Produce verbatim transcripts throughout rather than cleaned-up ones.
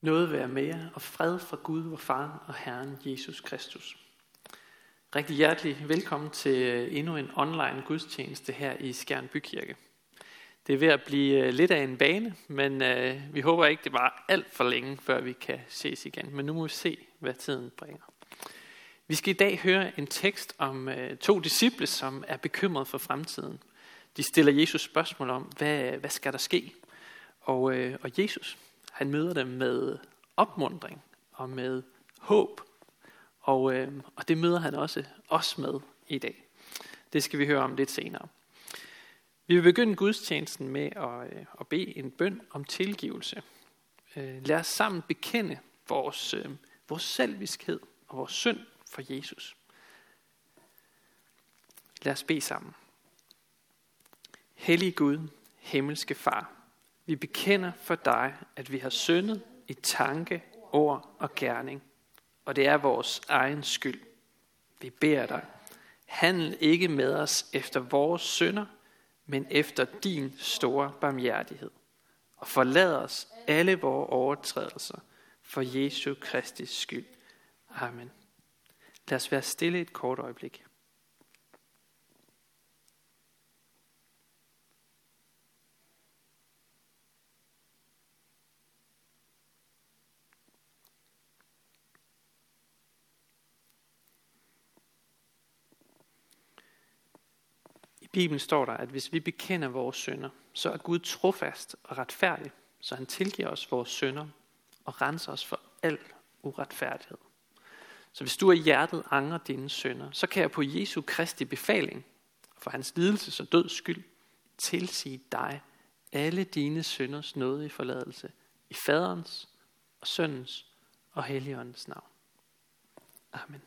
Nåde være med jer, og fred fra Gud, vor Far og Herren Jesus Kristus. Rigtig hjertelig velkommen til endnu en online gudstjeneste her i Skjern Bykirke. Det er ved at blive lidt af en vane, men øh, vi håber ikke, det var alt for længe, før vi kan ses igen. Men nu må vi se, hvad tiden bringer. Vi skal i dag høre en tekst om øh, to disciple, som er bekymrede for fremtiden. De stiller Jesus spørgsmål om, hvad, hvad skal der ske? Og, øh, og Jesus, han møder dem med opmuntring og med håb. Og, øh, og det møder han også os med i dag. Det skal vi høre om lidt senere. Vi vil begynde gudstjenesten med at, øh, at bede en bøn om tilgivelse. Øh, lad os sammen bekende vores, øh, vores selviskhed og vores synd for Jesus. Lad os bede sammen. Hellige Gud, himmelske Far, vi bekender for dig, at vi har syndet i tanke, ord og gerning, og det er vores egen skyld. Vi beder dig, handl ikke med os efter vores synder, men efter din store barmhjertighed, og forlad os alle vores overtrædelser for Jesu Kristi skyld. Amen. Lad os være stille et kort øjeblik. I Bibelen står der, at hvis vi bekender vores synder, så er Gud trofast og retfærdig, så han tilgiver os vores synder og renser os for al uretfærdighed. Så hvis du af hjertet angrer dine synder, så kan jeg på Jesu Kristi befaling, for hans lidelse og døds skyld, tilsige dig alle dine synders nådige forladelse i Faderens og Søndens og Helligåndens navn. Amen.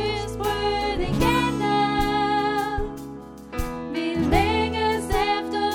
Efter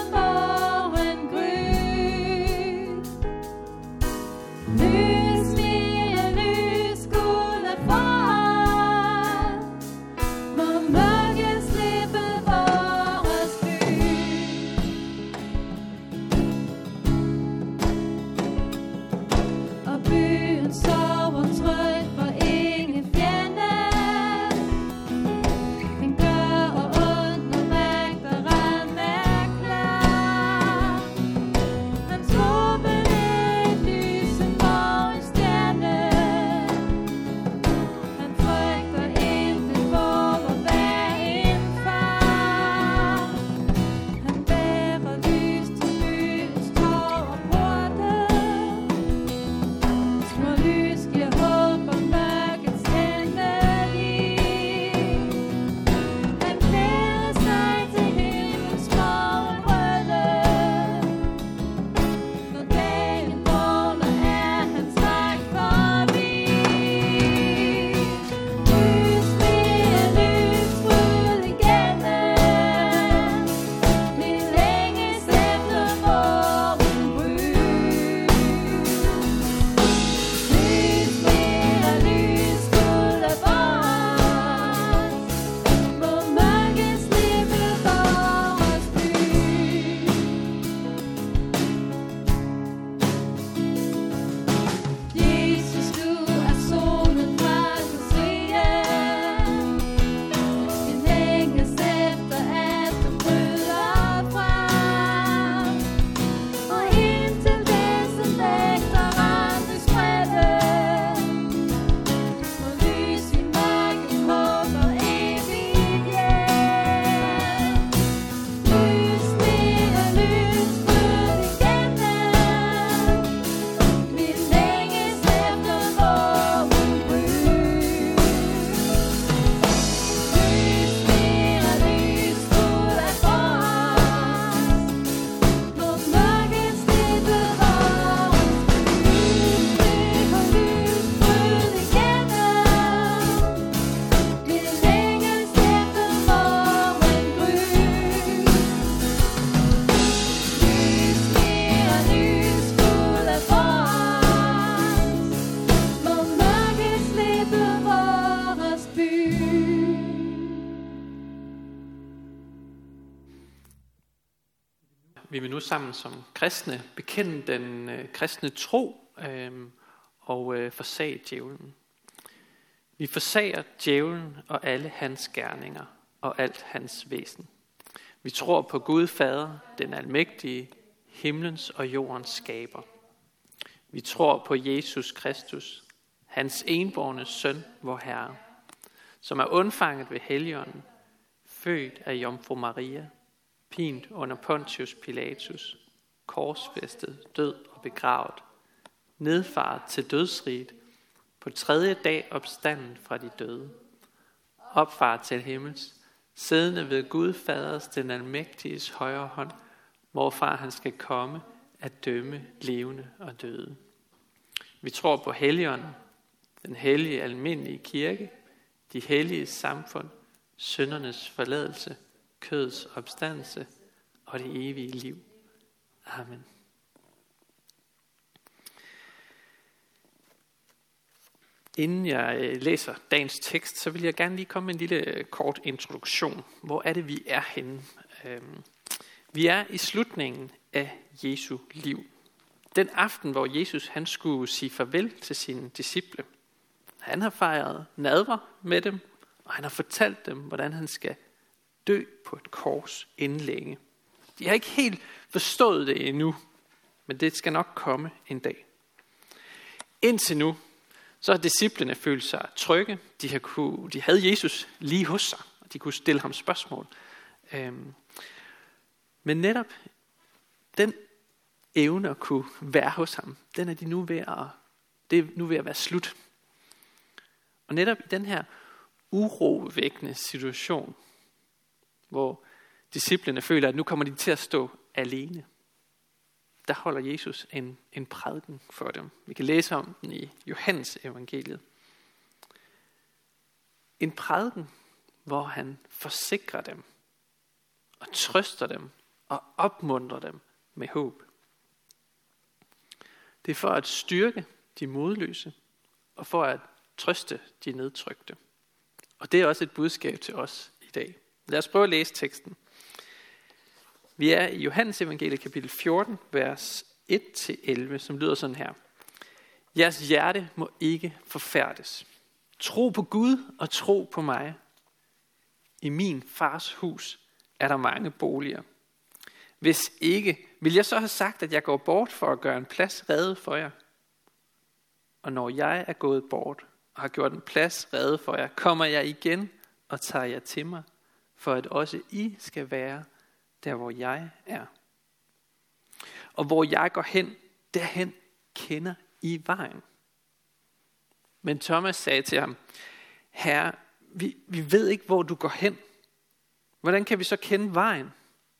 vi vil nu sammen som kristne bekende den øh, kristne tro øh, og øh, forsage djævlen. Vi forsager djævlen og alle hans gerninger og alt hans væsen. Vi tror på Gud Fader, den almægtige, himlens og jordens skaber. Vi tror på Jesus Kristus, hans enbårne søn, vor Herre, som er undfanget ved Helligånden, født af Jomfru Maria, pint under Pontius Pilatus, korsfæstet, død og begravet, nedfaret til dødsriget, på tredje dag opstanden fra de døde, opfaret til himmels, siddende ved Gud Faders den almægtiges højre hånd, hvorfra han skal komme at dømme levende og døde. Vi tror på Helligånden, den hellige almindelige kirke, de hellige samfund, syndernes forladelse, kødets opstandelse og det evige liv. Amen. Inden jeg læser dagens tekst, så vil jeg gerne lige komme med en lille kort introduktion. Hvor er det, vi er henne? Vi er i slutningen af Jesu liv. Den aften, hvor Jesus han skulle sige farvel til sine disciple. Han har fejret nadver med dem, og han har fortalt dem, hvordan han skal dø på et kors inden længe. De har ikke helt forstået det endnu, men det skal nok komme en dag. Indtil nu, så har disciplene følt sig trygge. De, har kunne, de havde Jesus lige hos sig, og de kunne stille ham spørgsmål. Øhm, men netop den evne at kunne være hos ham, den er de nu ved at, det er nu ved at være slut. Og netop i den her urovækkende situation, hvor disciplene føler, at nu kommer de til at stå alene, der holder Jesus en, en prædiken for dem. Vi kan læse om den i Johannes evangeliet. En prædiken, hvor han forsikrer dem, og trøster dem, og opmuntrer dem med håb. Det er for at styrke de modløse, og for at trøste de nedtrykte. Og det er også et budskab til os i dag. Lad os prøve at læse teksten. Vi er i Johannes evangeliet kapitel fjorten, vers et til elleve, som lyder sådan her. Jeres hjerte må ikke forfærdes. Tro på Gud og tro på mig. I min fars hus er der mange boliger. Hvis ikke, vil jeg så have sagt, at jeg går bort for at gøre en plads rede for jer. Og når jeg er gået bort og har gjort en plads rede for jer, kommer jeg igen og tager jer til mig, for at også I skal være der, hvor jeg er. Og hvor jeg går hen, derhen kender I vejen. Men Thomas sagde til ham, Herre, vi, vi ved ikke, hvor du går hen. Hvordan kan vi så kende vejen?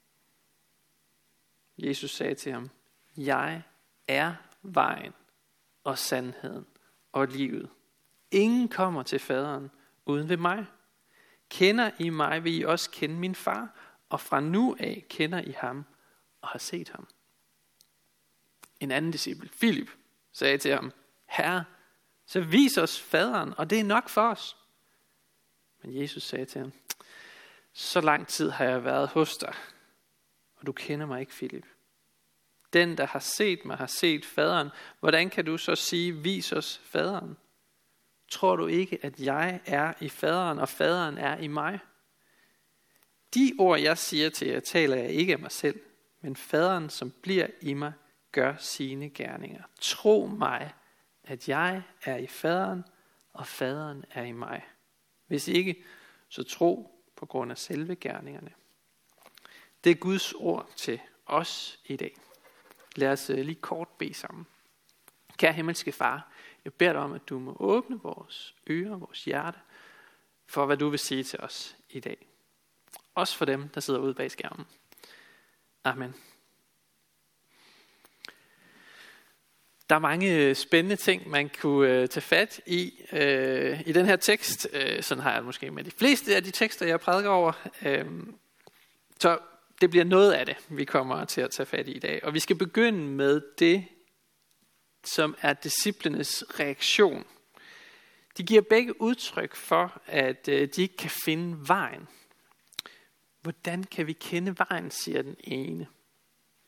Jesus sagde til ham, jeg er vejen og sandheden og livet. Ingen kommer til faderen uden ved mig. Kender I mig, vil I også kende min far, og fra nu af kender I ham og har set ham. En anden disciple, Filip, sagde til ham, Herre, så vis os faderen, og det er nok for os. Men Jesus sagde til ham, så lang tid har jeg været hos dig, og du kender mig ikke, Filip. Den, der har set mig, har set faderen. Hvordan kan du så sige, vis os faderen? Tror du ikke, at jeg er i faderen, og faderen er i mig? De ord, jeg siger til jer, taler jeg ikke af mig selv, men faderen, som bliver i mig, gør sine gerninger. Tro mig, at jeg er i faderen, og faderen er i mig. Hvis ikke, så tro på grund af selve gerningerne. Det er Guds ord til os i dag. Lad os lige kort bede sammen. Kære himmelske far, jeg beder dig om, at du må åbne vores ører, vores hjerte, for hvad du vil sige til os i dag. Også for dem, der sidder ude bag skærmen. Amen. Der er mange spændende ting, man kunne tage fat i øh, i den her tekst. Øh, sådan har jeg måske med de fleste af de tekster, jeg prædiker over. Øh, så det bliver noget af det, vi kommer til at tage fat i i dag. Og vi skal begynde med det, som er disciplenes reaktion. De giver begge udtryk for, at de ikke kan finde vejen. Hvordan kan vi kende vejen, siger den ene.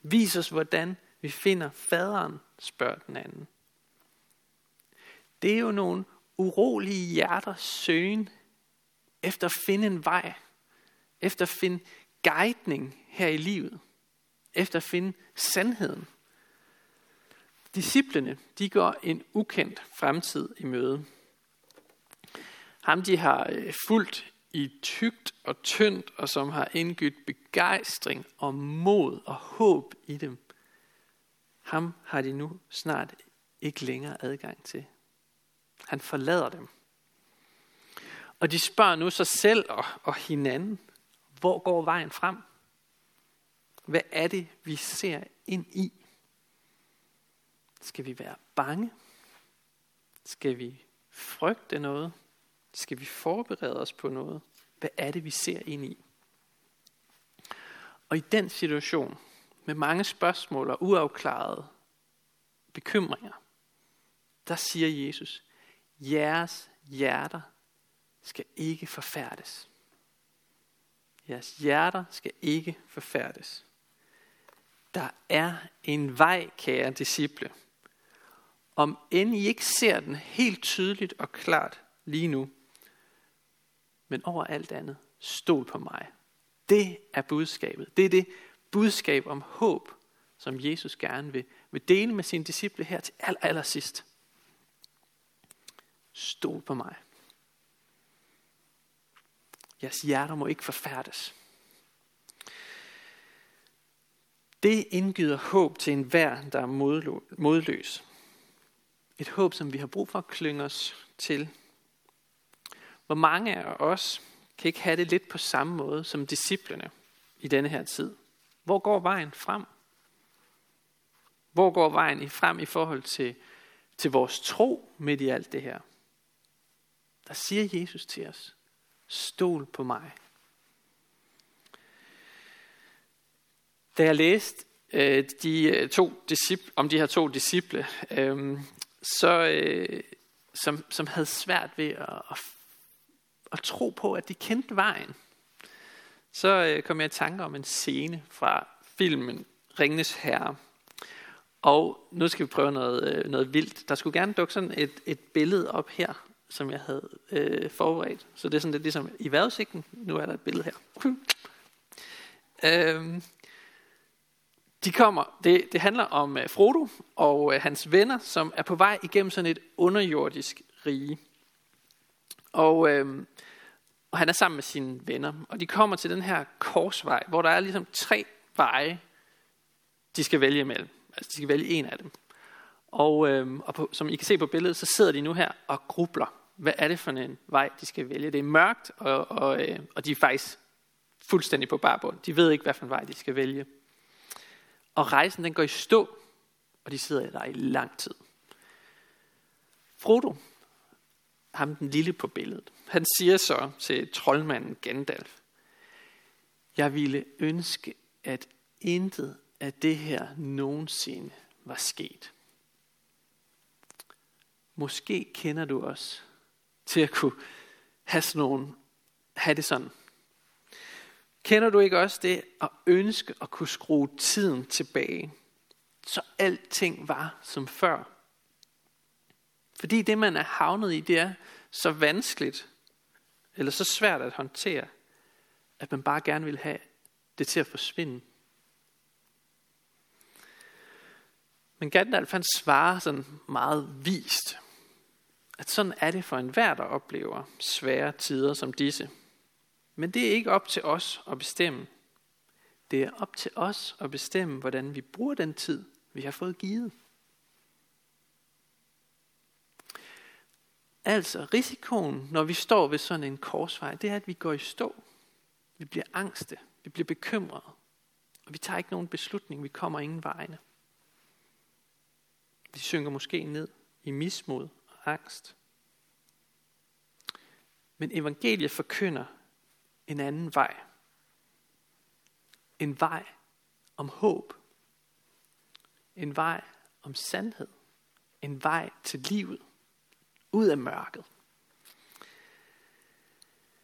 Vis os, hvordan vi finder faderen, spørger den anden. Det er jo nogle urolige hjerters søgen efter at finde en vej, efter at finde guidning her i livet, efter at finde sandheden. Disciplene, de går en ukendt fremtid i møde. Ham, de har fulgt i tykt og tyndt, og som har indgydt begejstring og mod og håb i dem, ham har de nu snart ikke længere adgang til. Han forlader dem. Og de spørger nu sig selv og, og hinanden, hvor går vejen frem? Hvad er det, vi ser ind i? Skal vi være bange? Skal vi frygte noget? Skal vi forberede os på noget? Hvad er det, vi ser ind i? Og i den situation, med mange spørgsmål og uafklarede bekymringer, der siger Jesus, jeres hjerter skal ikke forfærdes. Jeres hjerter skal ikke forfærdes. Der er en vej, kære disciple. Om end I ikke ser den helt tydeligt og klart lige nu, men over alt andet, stol på mig. Det er budskabet. Det er det budskab om håb, som Jesus gerne vil, vil dele med sine disciple her til aller, aller sidst. Stol på mig. Jeres hjerter må ikke forfærdes. Det indgyder håb til enhver, der er modløs. Et håb, som vi har brug for at klynge os til. Hvor mange af os kan ikke have det lidt på samme måde som disciplene i denne her tid? Hvor går vejen frem? Hvor går vejen frem i forhold til, til vores tro midt i alt det her? Der siger Jesus til os, stol på mig. Da jeg læste øh, de to disciple, om de her to disciple, øh, så, øh, som, som havde svært ved at, at, at tro på, at de kendte vejen, så øh, kom jeg i tanke om en scene fra filmen Ringenes Herre. Og nu skal vi prøve noget, øh, noget vildt. Der skulle gerne dukke sådan et, et billede op her, som jeg havde øh, forberedt. Så det er sådan lidt ligesom i vejrudsigten. Nu er der et billede her. øhm, de kommer, det, det handler om uh, Frodo og uh, hans venner, som er på vej igennem sådan et underjordisk rige. Og, øhm, og han er sammen med sine venner. Og de kommer til den her korsvej, hvor der er ligesom tre veje, de skal vælge imellem. Altså de skal vælge en af dem. Og, øhm, og på, som I kan se på billedet, så sidder de nu her og grubler. Hvad er det for en vej, de skal vælge? Det er mørkt, og, og, øh, og de er faktisk fuldstændig på barbund. De ved ikke, hvad for en vej de skal vælge. Og rejsen den går i stå, og de sidder der i lang tid. Frodo, ham den lille på billedet, han siger så til troldmanden Gandalf, jeg ville ønske, at intet af det her nogensinde var sket. Måske kender du os til at kunne have, sådan nogle, have det sådan. Kender du ikke også det at ønske at kunne skrue tiden tilbage, så alting var som før? Fordi det man er havnet i, det er så vanskeligt, eller så svært at håndtere, at man bare gerne vil have det til at forsvinde. Men Gandalf han svarer sådan meget vist, at sådan er det for enhver, der oplever svære tider som disse. Men det er ikke op til os at bestemme. Det er op til os at bestemme, hvordan vi bruger den tid, vi har fået givet. Altså risikoen, når vi står ved sådan en korsvej, det er, at vi går i stå. Vi bliver angste, vi bliver bekymrede, og vi tager ikke nogen beslutning, vi kommer ingen vegne. Vi synker måske ned i mismod og angst. Men evangeliet forkynder en anden vej. En vej om håb. En vej om sandhed. En vej til livet. Ud af mørket.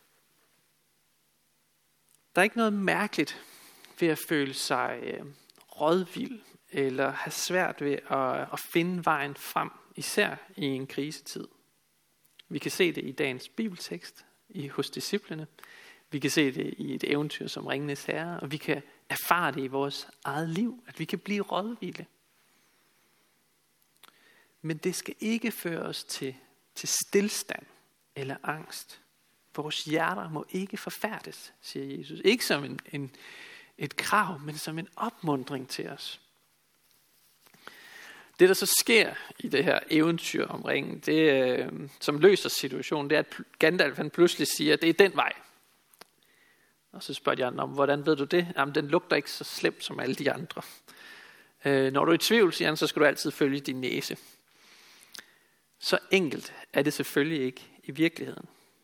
Der er ikke noget mærkeligt ved at føle sig rådvild eller have svært ved at, at finde vejen frem, især i en krisetid. Vi kan se det i dagens bibeltekst i, hos disciplene. Vi kan se det i et eventyr som Ringenes Herre, og vi kan erfare det i vores eget liv, at vi kan blive rådvilde. Men det skal ikke føre os til, til stilstand eller angst. Vores hjerter må ikke forfærdes, siger Jesus. Ikke som en, en, et krav, men som en opmuntring til os. Det, der så sker i det her eventyr om ringen, det, øh, som løser situationen, det er, at Gandalf han pludselig siger, at det er den vej. Og så spørger de andre om, hvordan ved du det? Jamen, den lugter ikke så slemt som alle de andre. Øh, når du er i tvivl, siger han, så skal du altid følge din næse. Så enkelt er det selvfølgelig ikke i virkeligheden.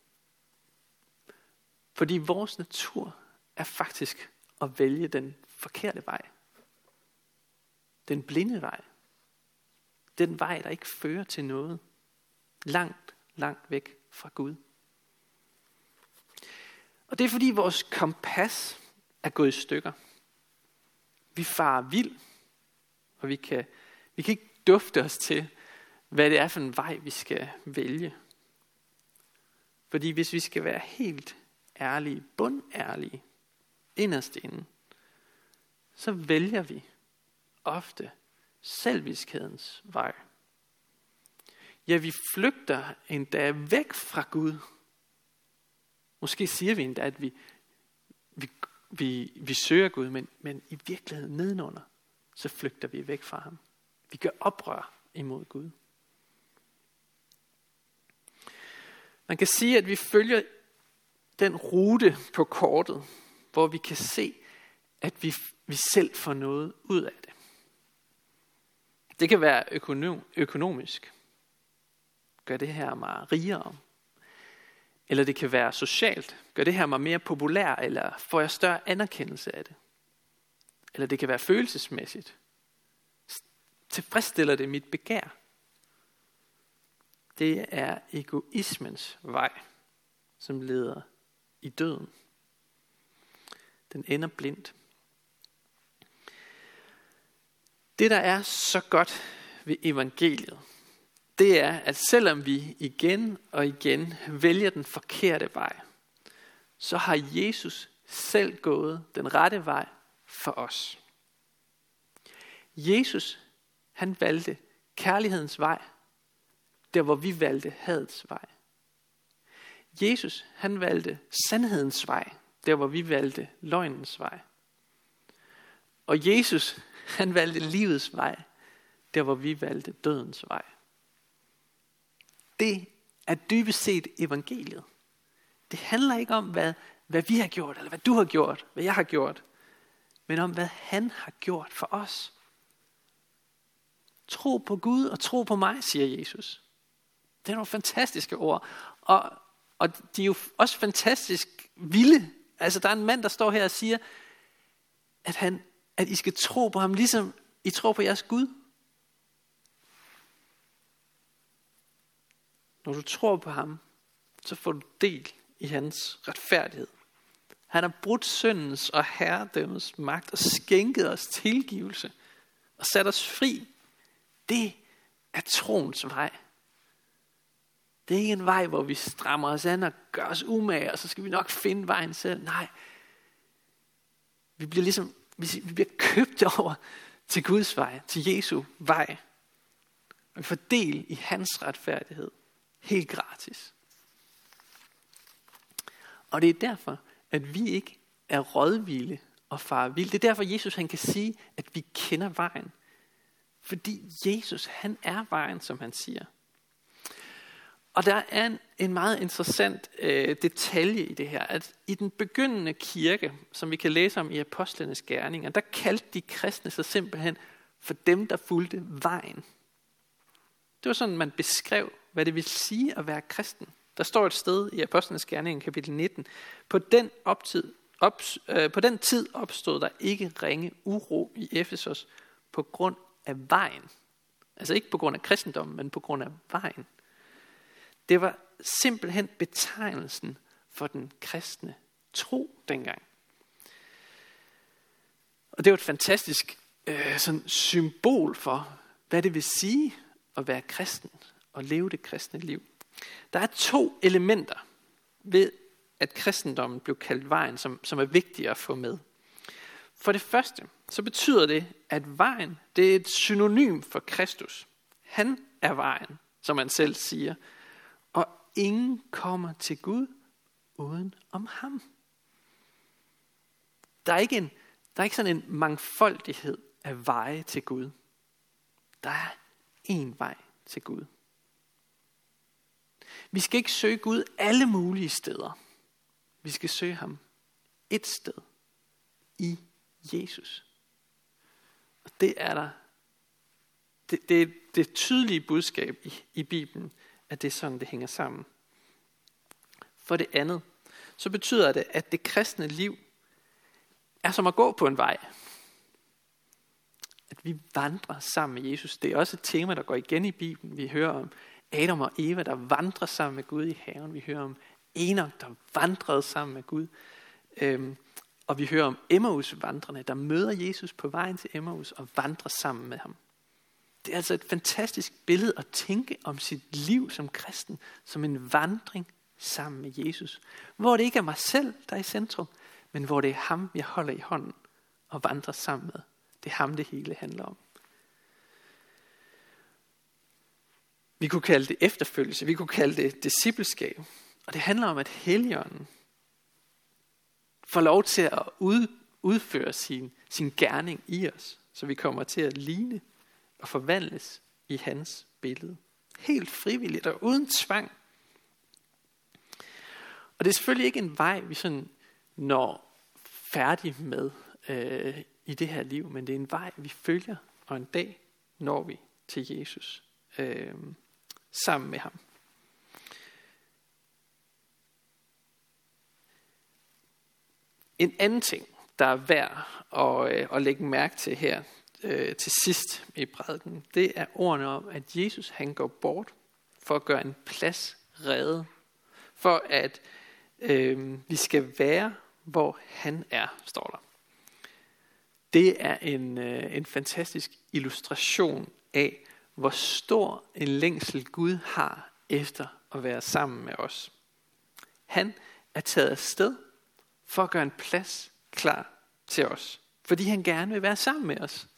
Fordi vores natur er faktisk at vælge den forkerte vej. Den blinde vej. Den vej, der ikke fører til noget. Langt, langt væk fra Gud. Og det er fordi vores kompas er gået i stykker. Vi farer vild, og vi kan, vi kan ikke dufte os til, hvad det er for en vej, vi skal vælge. Fordi hvis vi skal være helt ærlige, bundærlige, inderst inde, så vælger vi ofte selviskhedens vej. Ja, vi flygter endda væk fra Gud. Måske siger vi endda, at vi, vi, vi, vi søger Gud, men, men i virkeligheden nedenunder, så flygter vi væk fra ham. Vi gør oprør imod Gud. Man kan sige, at vi følger den rute på kortet, hvor vi kan se, at vi, vi selv får noget ud af det. Det kan være økonom, økonomisk. Gør det her mig rigere? Eller det kan være socialt. Gør det her mig mere populær, eller får jeg større anerkendelse af det? Eller det kan være følelsesmæssigt. Tilfredsstiller det mit begær? Det er egoismens vej, som leder i døden. Den ender blindt. Det, der er så godt ved evangeliet, det er, at selvom vi igen og igen vælger den forkerte vej, så har Jesus selv gået den rette vej for os. Jesus, han valgte kærlighedens vej, der hvor vi valgte hadets vej. Jesus, han valgte sandhedens vej, der hvor vi valgte løgnens vej. Og Jesus, han valgte livets vej, der hvor vi valgte dødens vej. Det er dybest set evangeliet. Det handler ikke om, hvad, hvad vi har gjort, eller hvad du har gjort, hvad jeg har gjort, men om, hvad han har gjort for os. Tro på Gud og tro på mig, siger Jesus. Det er nogle fantastiske ord. Og, og de er jo også fantastisk vilde. Altså, der er en mand, der står her og siger, at, han, at I skal tro på ham, ligesom I tror på jeres Gud. Når du tror på ham, så får du del i hans retfærdighed. Han har brudt syndens og herredømmets magt og skænket os tilgivelse og sat os fri. Det er troens vej. Det er ikke en vej, hvor vi strammer os an og gør os umage, og så skal vi nok finde vejen selv. Nej. Vi bliver ligesom, vi bliver købt over til Guds vej, til Jesu vej. Og vi får del i hans retfærdighed. Helt gratis. Og det er derfor, at vi ikke er rådvilde og farer vild. Det er derfor, Jesus han kan sige, at vi kender vejen. Fordi Jesus, han er vejen, som han siger. Og der er en, en meget interessant øh, detalje i det her, at i den begyndende kirke, som vi kan læse om i apostlenes gerninger, der kaldte de kristne sig simpelthen for dem, der fulgte vejen. Det var sådan, man beskrev, hvad det vil sige at være kristen. Der står et sted i apostlenes gerninger, kapitel nitten, på den, optid, op, øh, på den tid opstod der ikke ringe uro i Efesos på grund af vejen. Altså ikke på grund af kristendommen, men på grund af vejen. Det var simpelthen betegnelsen for den kristne tro dengang. Og det var et fantastisk øh, sådan symbol for, hvad det vil sige at være kristen og leve det kristne liv. Der er to elementer ved, at kristendommen blev kaldt vejen, som, som er vigtige at få med. For det første, så betyder det, at vejen, det er et synonym for Kristus. Han er vejen, som han selv siger, og ingen kommer til Gud uden om ham. Der er ikke, en, der er ikke sådan en mangfoldighed af veje til Gud. Der er én vej til Gud. Vi skal ikke søge Gud alle mulige steder. Vi skal søge ham et sted, i Jesus. Og det er der, det, det er det tydelige budskab i, i Bibelen, at det er sådan, det hænger sammen. For det andet, så betyder det, at det kristne liv er som at gå på en vej. At vi vandrer sammen med Jesus. Det er også et tema, der går igen i Bibelen. Vi hører om Adam og Eva, der vandrer sammen med Gud i haven. Vi hører om Enok, der vandrede sammen med Gud. Øhm, og vi hører om Emmaus-vandrerne, der møder Jesus på vejen til Emmaus og vandrer sammen med ham. Det er altså et fantastisk billede at tænke om sit liv som kristen, som en vandring sammen med Jesus. Hvor det ikke er mig selv, der er i centrum, men hvor det er ham, jeg holder i hånden og vandrer sammen med. Det er ham, det hele handler om. Vi kunne kalde det efterfølgelse, vi kunne kalde det discipleskab. Og det handler om, at Helligånden får lov til at ud, udføre sin, sin gerning i os, så vi kommer til at ligne og forvandles i hans billede. Helt frivilligt og uden tvang. Og det er selvfølgelig ikke en vej, vi sådan når færdig med øh, i det her liv, men det er en vej, vi følger, og en dag når vi til Jesus øh, sammen med ham. En anden ting, der er værd at, øh, at lægge mærke til her øh, til sidst i prædiken, det er ordene om, at Jesus han går bort for at gøre en plads rede, for at øh, vi skal være, hvor han er, står der. Det er en, øh, en fantastisk illustration af, hvor stor en længsel Gud har efter at være sammen med os. Han er taget afsted for at gøre en plads klar til os, fordi han gerne vil være sammen med os.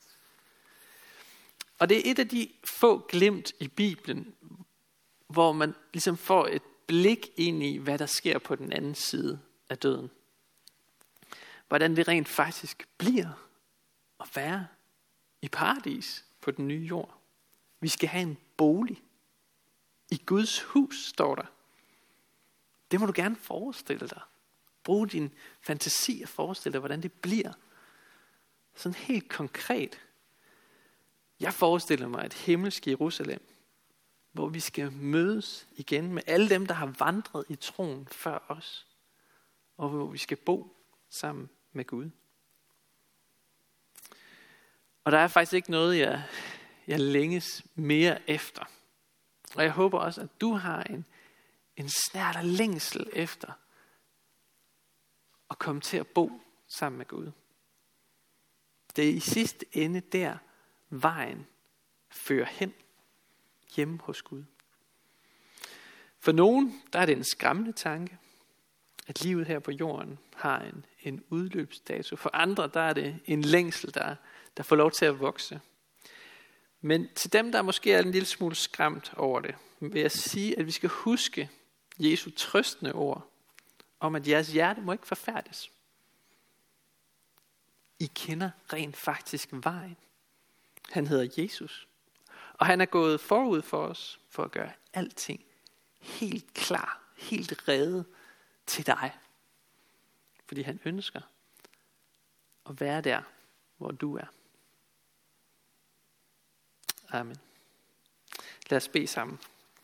Og det er et af de få glimt i Bibelen, hvor man ligesom får et blik ind i, hvad der sker på den anden side af døden. Hvordan det rent faktisk bliver at være i paradis på den nye jord. Vi skal have en bolig i Guds hus, står der. Det må du gerne forestille dig. Brug din fantasi og forestille dig, hvordan det bliver. Sådan helt konkret. Jeg forestiller mig et himmelsk Jerusalem, hvor vi skal mødes igen med alle dem, der har vandret i troen før os. Og hvor vi skal bo sammen med Gud. Og der er faktisk ikke noget, jeg, jeg længes mere efter. Og jeg håber også, at du har en, en snert og længsel efter at komme til at bo sammen med Gud. Det er i sidste ende der, vejen fører hen hjemme hos Gud. For nogen, der er det en skræmmende tanke, at livet her på jorden har en, en udløbsdato. For andre, der er det en længsel, der, der får lov til at vokse. Men til dem, der måske er en lille smule skræmt over det, vil jeg sige, at vi skal huske Jesu trøstende ord, om at jeres hjerte må ikke forfærdes. I kender rent faktisk vejen. Han hedder Jesus. Og han er gået forud for os, for at gøre alting helt klar, helt rede til dig. Fordi han ønsker at være der, hvor du er. Amen. Lad os bede sammen.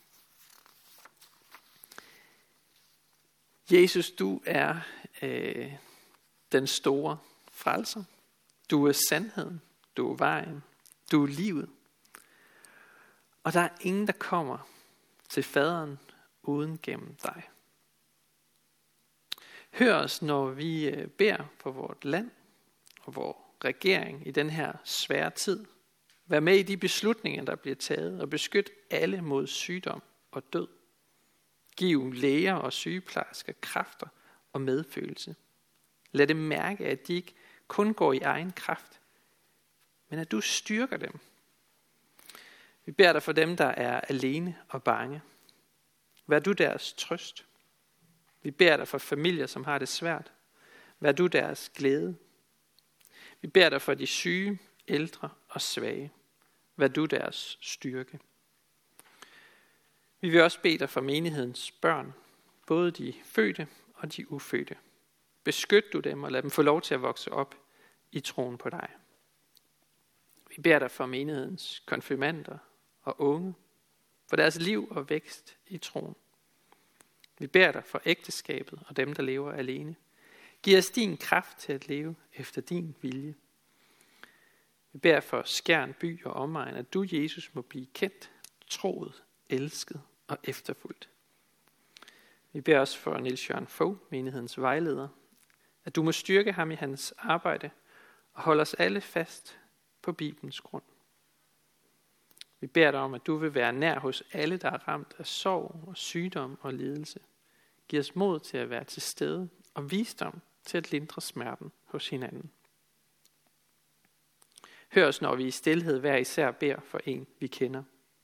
Jesus, du er øh, den store frelser. Du er sandheden. Du er vejen. Du er livet. Og der er ingen, der kommer til faderen uden gennem dig. Hør os, når vi beder for vort land og vores regering i den her svære tid. Vær med i de beslutninger, der bliver taget, og beskyt alle mod sygdom og død. Giv læger og sygeplejersker kræfter og medfølelse. Lad dem mærke, at de ikke kun går i egen kraft, men at du styrker dem. Vi beder dig for dem, der er alene og bange. Vær du deres trøst. Vi beder dig for familier, som har det svært. Vær du deres glæde. Vi beder dig for de syge, ældre og svage. Vær du deres styrke. Vi vil også bede dig for menighedens børn, både de fødte og de ufødte. Beskyt du dem og lad dem få lov til at vokse op i troen på dig. Vi beder dig for menighedens konfirmander og unge, for deres liv og vækst i troen. Vi beder dig for ægteskabet og dem, der lever alene. Giv os din kraft til at leve efter din vilje. Vi beder for Skjern by og omegn, at du, Jesus, må blive kendt, troet, elsket og efterfulgt. Vi beder også for Niels Jørgen Fogh, menighedens vejleder, at du må styrke ham i hans arbejde og holde os alle fast på Bibelens grund. Vi beder dig om, at du vil være nær hos alle, der er ramt af sorg og sygdom og lidelse. Giv os mod til at være til stede og visdom til at lindre smerten hos hinanden. Hør os, når vi i stilhed hver især beder for en, vi kender.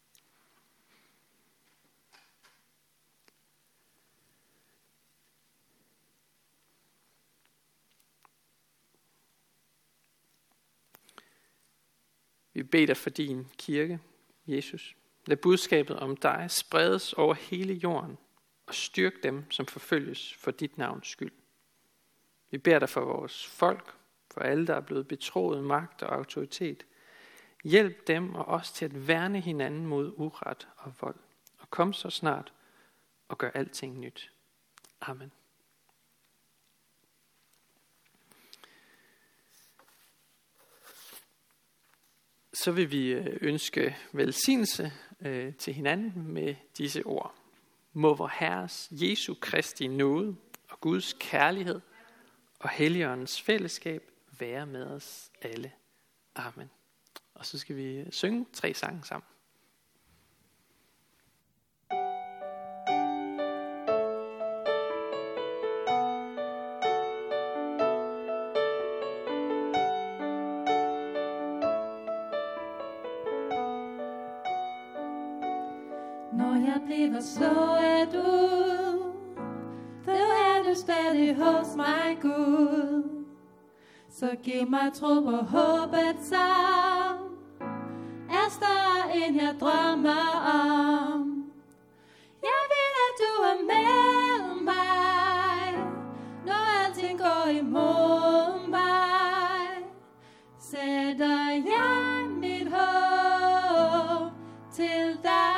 Vi beder dig for din kirke, Jesus. Lad budskabet om dig spredes over hele jorden og styrk dem, som forfølges for dit navns skyld. Vi beder dig for vores folk, for alle, der er blevet betroet magt og autoritet. Hjælp dem og os til at værne hinanden mod uret og vold. Og kom så snart og gør alting nyt. Amen. Så vil vi ønske velsignelse øh, til hinanden med disse ord. Må vor Herres Jesu Kristi nåde og Guds kærlighed og Helligåndens fællesskab være med os alle. Amen. Og så skal vi synge tre sange sammen. Når jeg bliver slået ud, så er du stadig hos mig, Gud. Så giv mig tro på håbet, som er større end jeg drømmer om. Jeg vil, at du er med mig, når alting går imod mig. Sætter jeg mit håb til dig.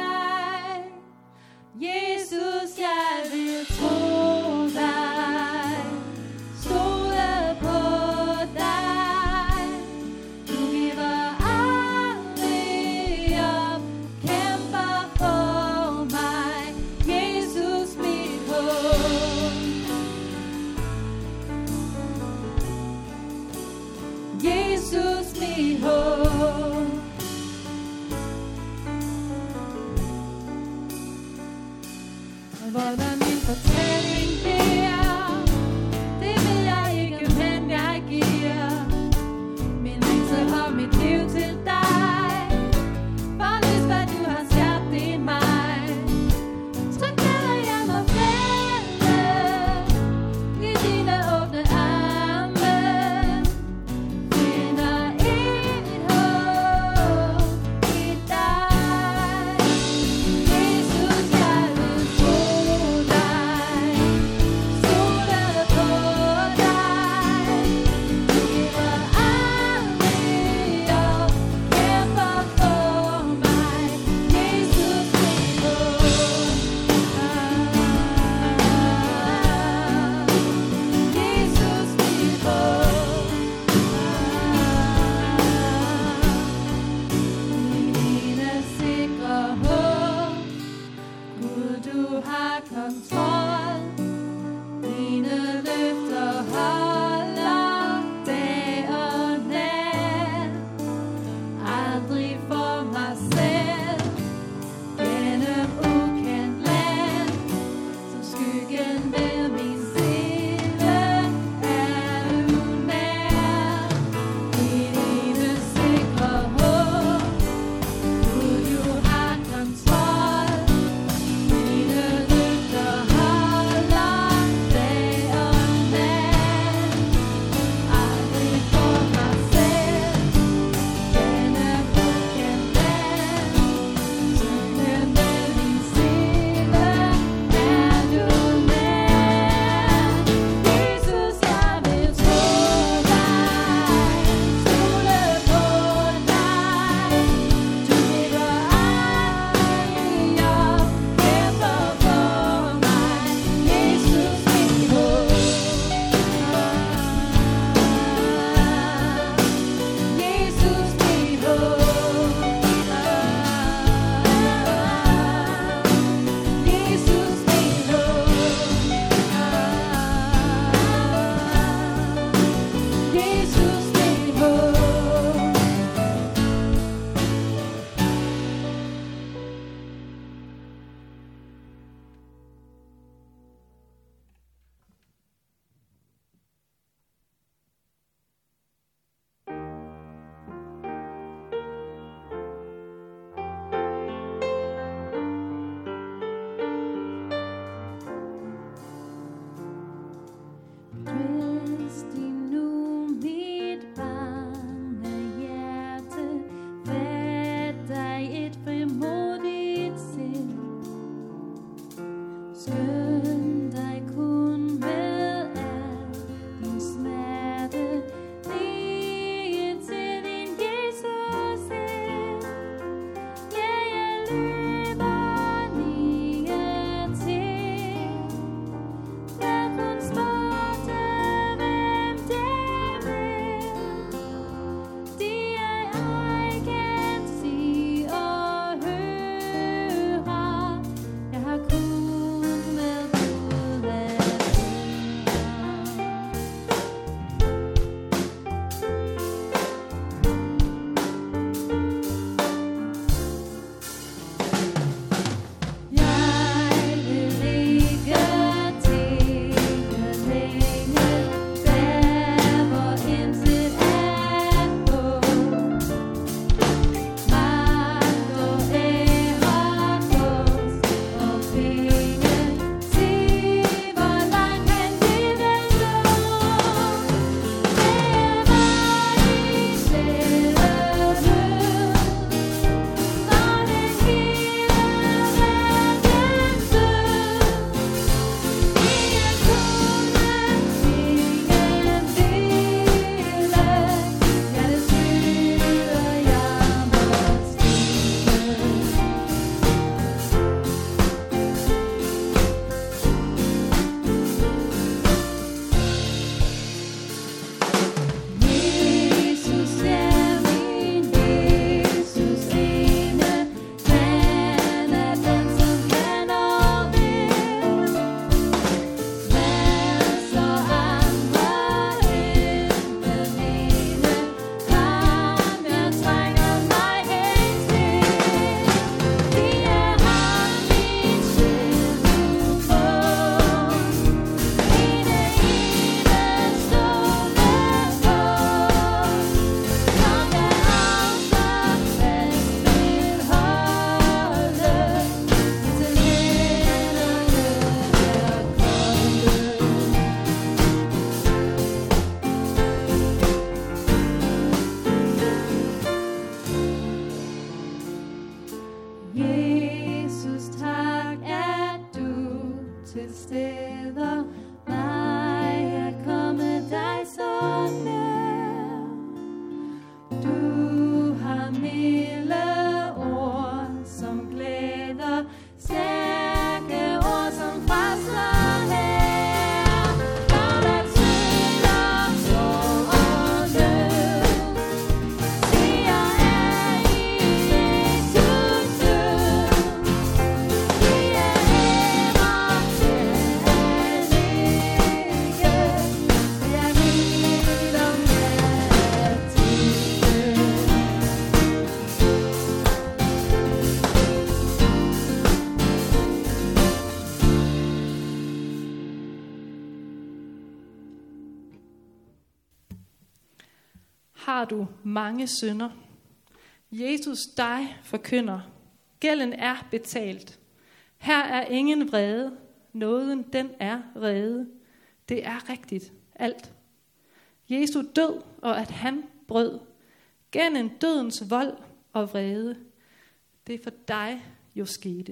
Jesus, jeg vil tro dig, stole på dig. Du giver aldrig op, kæmper for mig. Jesus, mit håb. Jesus, mit håb. Hvordan min fortælling bliver, det ved jeg ikke, men jeg giver min længsel og mit liv til dig. For lys, hvad du har skabt i mig, så kan jeg mig fælde i dine åbne arme. Finder et håb i dig. Jesus, jeg vil tro har du mange synder. Jesus dig forkynder. Gælden er betalt. Her er ingen vrede. Nåden den er rede. Det er rigtigt alt. Jesu død og at han brød gennem dødens vold og vrede. Det for dig jo skete.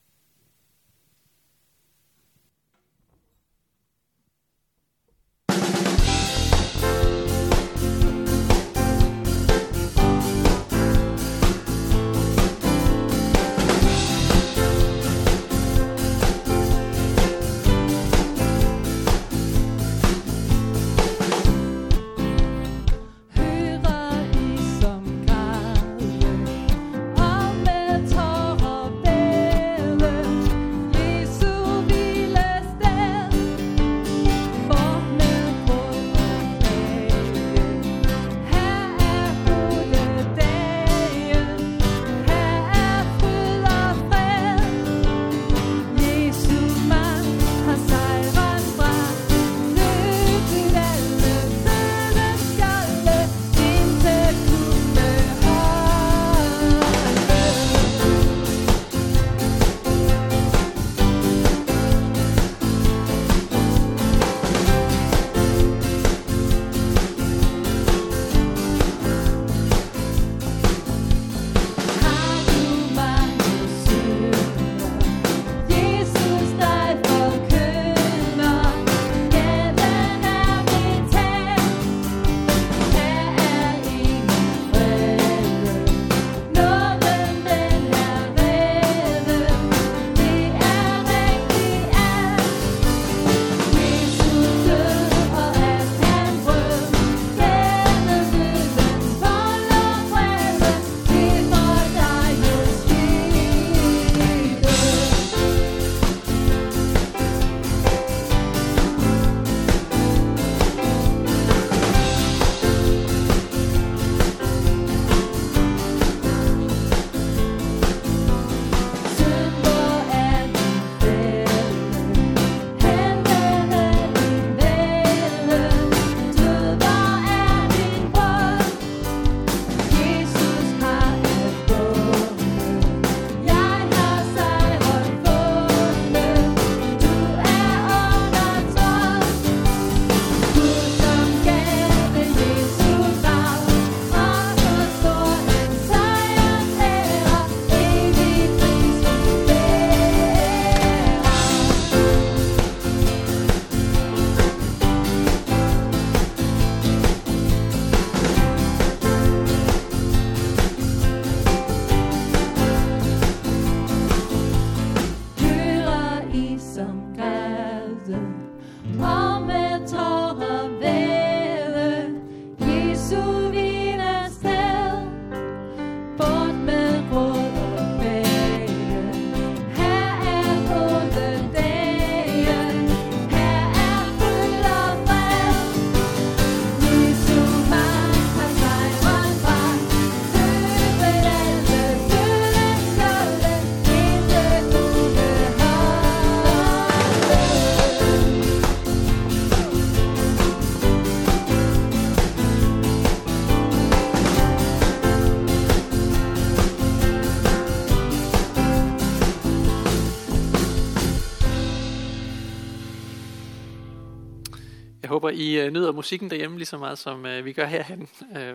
Jeg håber, I nyder musikken derhjemme lige så meget, som vi gør herhen.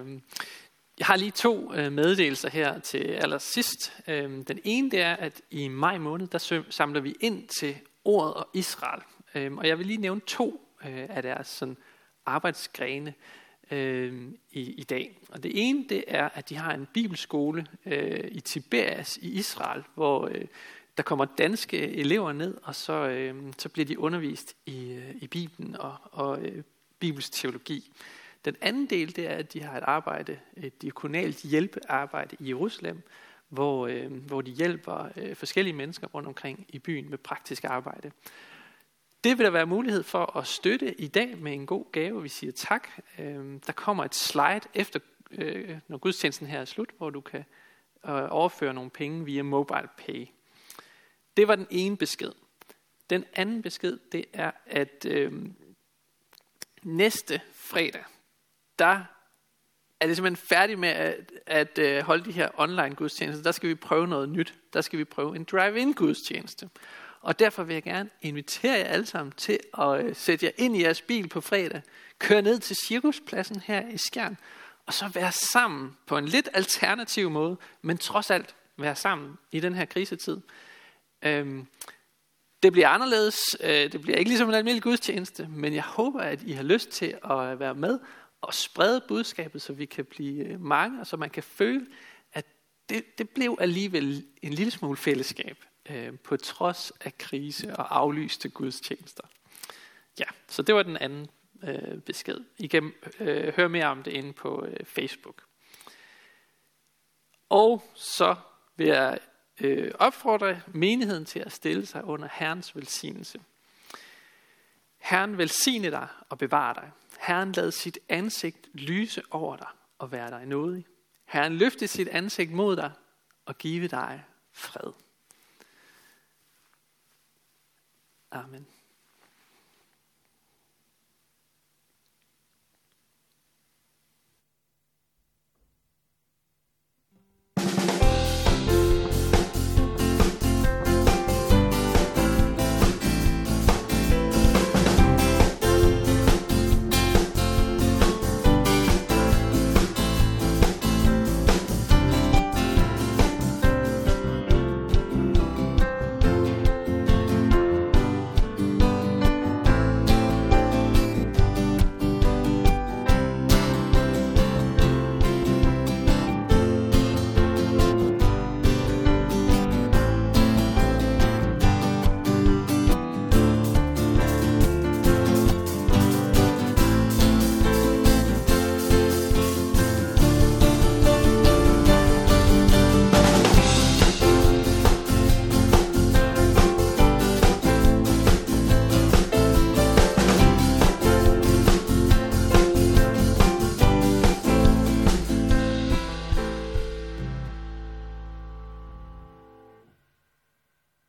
Jeg har lige to meddelelser her til allersidst. Den ene det er, at i maj måned, der samler vi ind til Ordet og Israel. Og jeg vil lige nævne to af deres sådan arbejdsgrene i, i dag. Og det ene det er, at de har en bibelskole i Tiberias i Israel, hvor der kommer danske elever ned, og så, øh, så bliver de undervist i, i Bibelen og, og øh, bibelsk teologi. Den anden del, det er, at de har et arbejde, et diakonalt hjælpearbejde i Jerusalem, hvor, øh, hvor de hjælper øh, forskellige mennesker rundt omkring i byen med praktisk arbejde. Det vil der være mulighed for at støtte i dag med en god gave. Vi siger tak. Øh, der kommer et slide efter, øh, når gudstjenesten her er slut, hvor du kan øh, overføre nogle penge via MobilePay. Det var den ene besked. Den anden besked, det er, at øh, næste fredag, der er det simpelthen færdig med at, at, at holde de her online gudstjenester. Der skal vi prøve noget nyt. Der skal vi prøve en drive-in gudstjeneste. Og derfor vil jeg gerne invitere jer alle sammen til at uh, sætte jer ind i jeres bil på fredag, køre ned til Cirkuspladsen her i Skjern, og så være sammen på en lidt alternativ måde, men trods alt være sammen i den her krisetid. Øhm, det bliver anderledes, øh, det bliver ikke ligesom en almindelig gudstjeneste, men jeg håber, at I har lyst til at være med og sprede budskabet, så vi kan blive mange, og så man kan føle, at det, det blev alligevel en lille smule fællesskab, øh, på trods af krise og aflyste gudstjenester. Ja, så det var den anden øh, besked. I kan øh, høre mere om det inde på øh, Facebook. Og så vil jeg øh, opfordre menigheden til at stille sig under Herrens velsignelse. Herren velsigne dig og bevare dig. Herren lad sit ansigt lyse over dig og være dig nådig. Herren løfte sit ansigt mod dig og give dig fred. Amen.